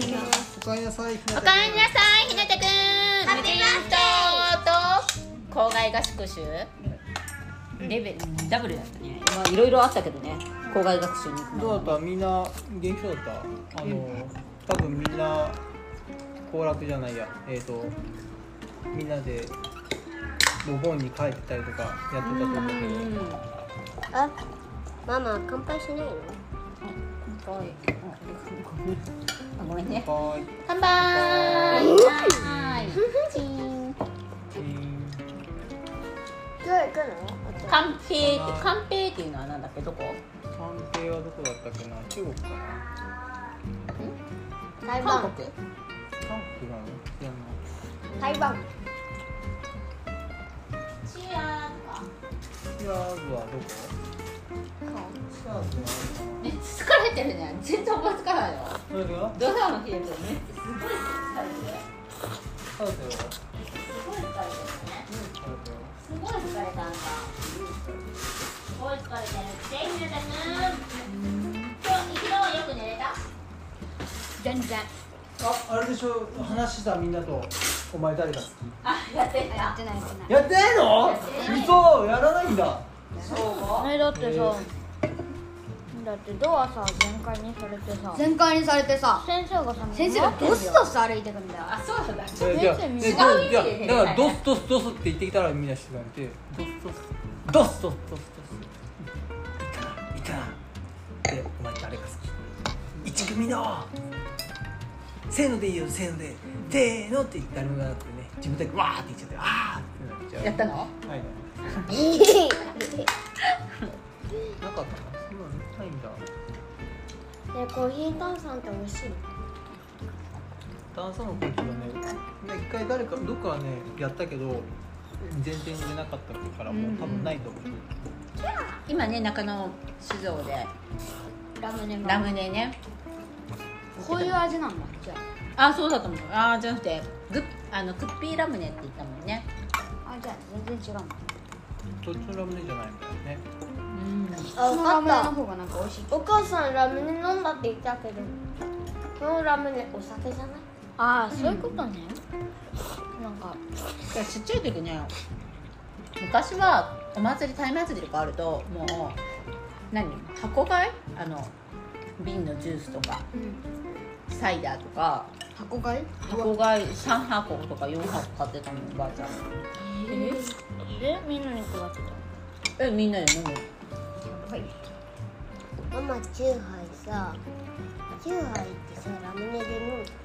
きます。 おかえりなさい、ひなたくん。 おかえりなさい、ひなたくん。無人島と校外合宿集レベルダブルだったね。まあいろいろあったけどね、校外学習に行くの。 どうだった？みんな元気そうだった？多分みんな行楽じゃないや、みんなでお盆に帰ってたりとかやってたと思うけど。 あ、ママ乾杯しないの？ ごめんね。 はーい。 乾杯。はい。チン。 今日行くの？ カンペイっていうのはなんだっけ、どこ？ 三平はどこだったっけな？中国かな？ 台湾。 韓国。 韓国なの？知らない。 台湾。 チアシアーズはどこ？シアーズはめっちゃ疲れてるね。全然思いつかないよ。 何が？ ドラの日でめっちゃすごい疲れてる。 そうだよ。 すごい疲れてるね。すごい疲れたんだ。すごい疲れてるってひなたくん。今日昨日はよく寝れた？ 全然。 あれでしょ、話したみんなと。お前誰が好き？ あ、やってた。 やってないやってない。 やってないの？嘘、やらないんだ。 そう。 ね、だってさ、だってドアさ全開にされてさ、全開にされてさ、先生がドスドス歩いてくんだよ。 あ、そうなんだ。 じゃあだからドスドスドスって言ってきたらみんなしてくれて、ドスドスドスドスドスいたなで、お前誰が好き？一組のせーのでいいよ、せーのでせーのって誰も言わなくてね、自分だけわーって言っちゃってあーってなっちゃう。 やったの？ はい。なかったな。そんなのないんだ。 ね、コーヒー炭酸って美味しいの？ 炭酸のコーヒーはね、一回誰かどっかはねやったけど全然売れなかったからもう多分ないと思う。 今ね、中野酒造でラムネラムネね。 こういう味なんだ。じゃあ、 あ、そうだと思う。あ、じゃなくてクッピーラムネって言ったもんね。 じゃあ全然違うの。 そっちのラムネじゃないみたいね。 そのラムネの方がなんか美味しい。お母さんラムネ飲んだって言ったけど、そのラムネお酒じゃない？ああ、そういうことね。なんかいや、ちっちゃい時ね、昔はお祭り、タイ祭りとかあるともう箱買い、瓶のジュースとか、サイダーとか箱買い 3箱とか4箱買ってたの、おばあちゃん。 みんなに配ってた。 みんなで飲む。 ママチューハイさ、チューハイってさ、ラムネ味で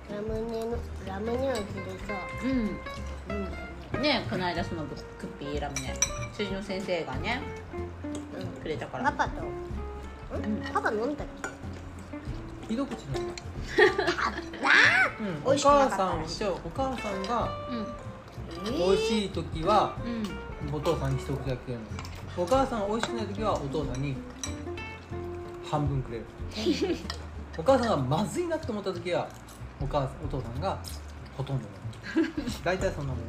さ、 ね、この間そのクッピーラムネ、主人の先生がね、くれたから。 パパ飲んだっけ？ ひど口なんだ。 美味しくなかったらしい。 お母さんが美味しい時はお父さんに一口だけくれるの。お母さんが美味しくない時はお父さんに半分くれる。お母さんがまずいなと思った時はお父さんがほとんど飲む。大体そんなもん。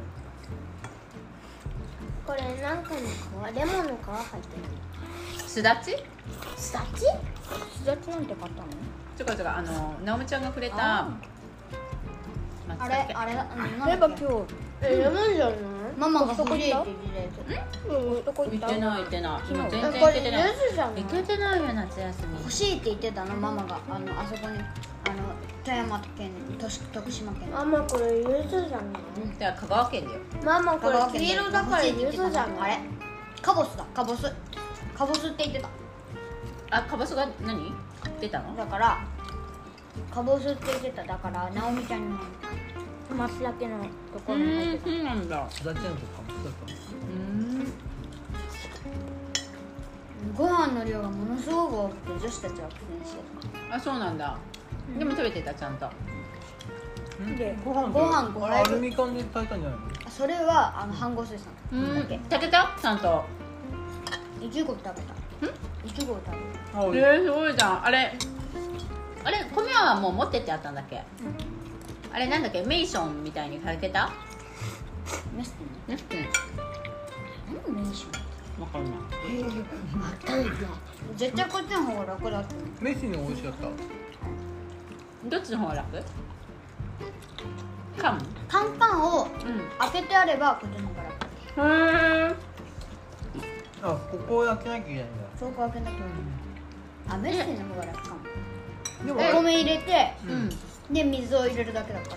これなんかの皮、レモンの皮入ってる。 すだち？ すだちなんて買ったの？ ちょこちょこ、直美ちゃんがくれたあれだ。そういえば今日レモンじゃない？ママが欲しいって言ってたやつ。どこ行った？ 行ってない。今全然これ行けてない。 ゆずじゃない？ 行けてないよ、夏休み。 欲しいって言ってたの、ママがあそこに富山県、徳島県。ママこれゆずじゃない？ じゃあ香川県だよ。 ママこれ黄色だからゆずじゃない？あれ？カボスだ、カボスって言ってた。 あ、カボスが何？出たの？ だからカボスって言ってた。だから直美ちゃんにも松茸のところに入ってた。 そうなんだ。 すだちなのとかもそうだったの。 ご飯の量がものすごく多くて女子たちは苦戦してあ、そうなんだ。でも食べてた、ちゃんと。 た。でご飯 5 アルミ缶で炊いたんじゃないの？ それは飯盒水産だけ。 食べた？ちゃんと。 いちご食べた。いちごを食べた。 すごいじゃん。あれ米はもう持ってってあったんだっけ？あれなんだっけ、メイションみたいにされてた？ メステメスティン。 何メイション？ わかんない。 わかんない。絶対こっちの方が楽だった。 メッシの美味しかった。 どっちの方が楽？ 缶カンカンを開けてあればこっちの方が楽。 あ、ここを開けなきゃいけないんだ。 そこ開けなきゃいけない。あ、メッセの方が楽かも。 でもお米入れて、 うんで水を入れるだけだから。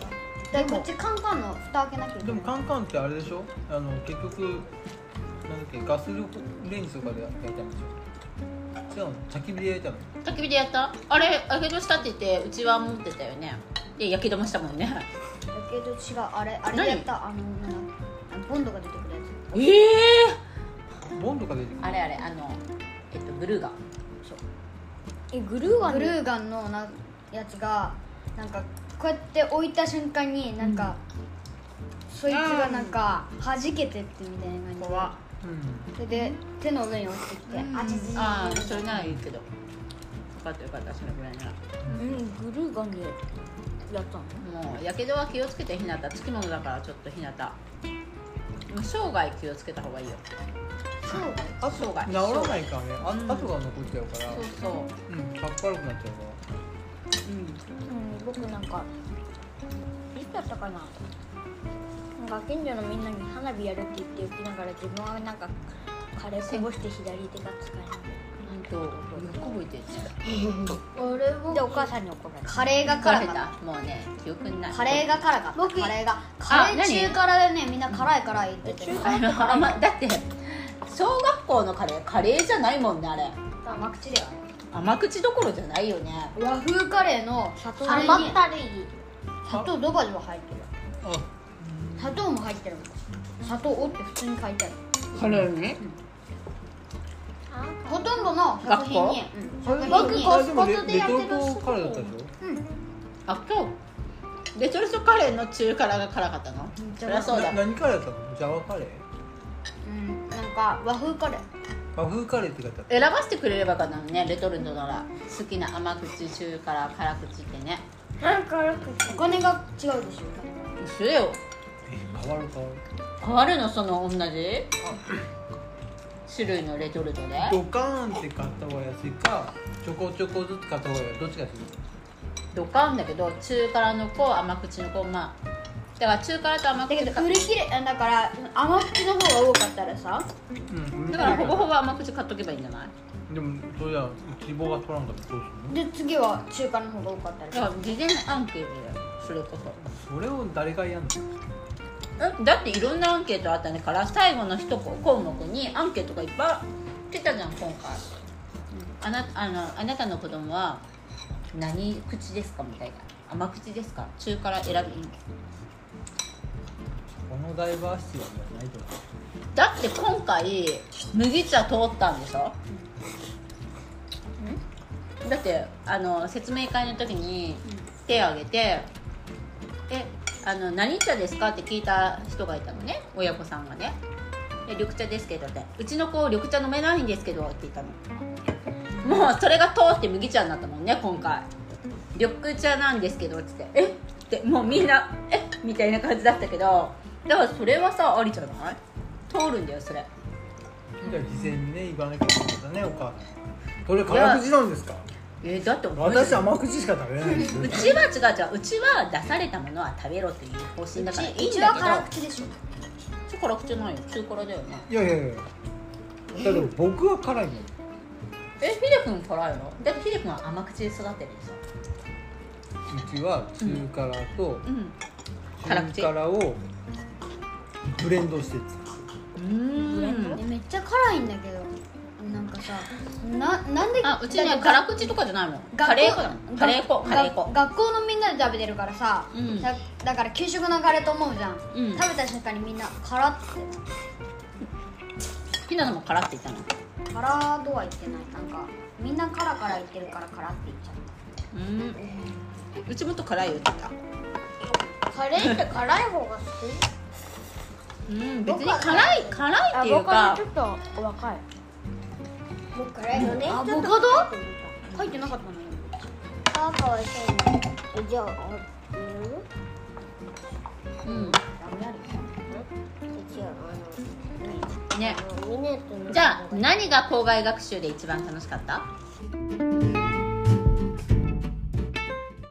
でこっちカンカンの蓋開けなきゃいけない。 でもカンカンってあれでしょ、結局なんだっけ、ガスレンジとかで焼いたんでしょ。違うの、焚き火で焼いたの。 焚き火でやった？あれやけどしたって言ってうちは持ってたよね。でやけどもしたもんね。 だけど違う、あれでやった、ボンドが出てくるやつ。 ボンドが出てくる。 あれグルーガン。 グルーガンのやつがなんかこうやって置いた瞬間になんか、そいつがなんか弾けてってみたいな感じで、それで手の上に落ちてきて、 ああ、それならいいけど。よかったよかった、そのぐらいなら。 グルーガンでやったの？ もうやけどは気をつけて、ひなた。つきものだからちょっとひなた。生涯気をつけた方がいいよ。 あと治らないからね、跡が残っちゃうから。 そうそう。 かっこ悪くなっちゃうから。 僕なんかいつだったかな、なんか近所のみんなに花火やるって言っておきながら自分はなんかカレーこぼして左手が使えない。 よく覚えてるね。 でお母さんに怒られた。カレーが辛かった。 もうね、記憶にない。 カレーが辛かった。カレー中辛でね、みんな辛い辛い言ってて。 だって小学校のカレーじゃないもんね、あれ。 甘口だよね。 甘口どころじゃないよね。 和風カレーの砂糖に砂糖ドバドバ入ってる。砂糖も入ってるもん。砂糖をって普通に書いてある。 カレーにほとんどの作品に、 僕コスコツでやってる。レトルトカレーだったでしょ。 あ、そう。レトルトカレーの中辛が辛かったの？そりゃそうだ。 何カレーだったの？ジャワカレー？ なんか和風カレー。 和風カレーって書いてあった。 選ばせてくれればよかったのね、レトルトなら。好きな甘口、中辛、辛口ってね。 お金が違うでしょ。 一緒よ。 変わる。 変わるの、その同じ種類のレトルトで。 ドカーンって買った方が安いか、ちょこちょこずつ買った方が安いか、どっちが安い？ ドカンだけど、中辛の子、甘口の子、まあだから中辛と甘口だけど売り切れだから甘口の方が多かったらさ、 だからほぼほぼ甘口買っとけばいいんじゃない？ でもそれじゃ希望が取らんかったらどうするの？ で次は中華の方が多かったらさ、 だから事前アンケートだよ、それこそ。 それを誰がやんの？ だっていろんなアンケートあったねから最後の一項目にアンケートがいっぱい出たじゃん今回。あなたの子供は何口ですかみたいな。甘口ですか？中辛選び。 このダイバーシティはないと思う。 だって今回麦茶通ったんでしょ？だって説明会の時に手を挙げて何茶ですかって聞いた人がいたのね、親御さんがね。で緑茶ですけどって、うちの子緑茶飲めないんですけどって言ったの。もうそれが通って麦茶になったもんね今回。緑茶なんですけどって言ってってもうみんなみたいな感じだったけど、だからそれはさありじゃない？通るんだよそれ。 じゃあ事前にね言わなきゃいけないんだね、お母さん。これ辛口なんですか？ だって私甘口しか食べれないんですよ。 うちは違う、うちは出されたものは食べろっていう方針だからいいんだけど。 うちは辛口でしょ。 辛口じゃないよ、中辛だよね。 いやだけど僕は辛いの。 ヒデ君辛いの？だってヒデ君は甘口で育てるでしょ。うちは中辛と中辛をブレンドしてめっちゃ辛いんだけど、なんかさ、なんでうちね辛口とかじゃないもん。カレー粉だもん。カレー粉。 学校のみんなで食べてるからさ、だから給食のカレーと思うじゃん。食べた瞬間にみんな辛って。 ひなのも辛って言ったの？ 辛とは言ってない。なんかみんな辛言ってるから辛って言っちゃった。 うちもっと辛いよって言った。 カレーって辛い方が好き？ 別に辛いっていうか。 ちょっと若い。僕辛いのね。アボカド？書いてなかったのよ。かわいそうね。じゃあね。じゃあ何が校外学習で一番楽しかった？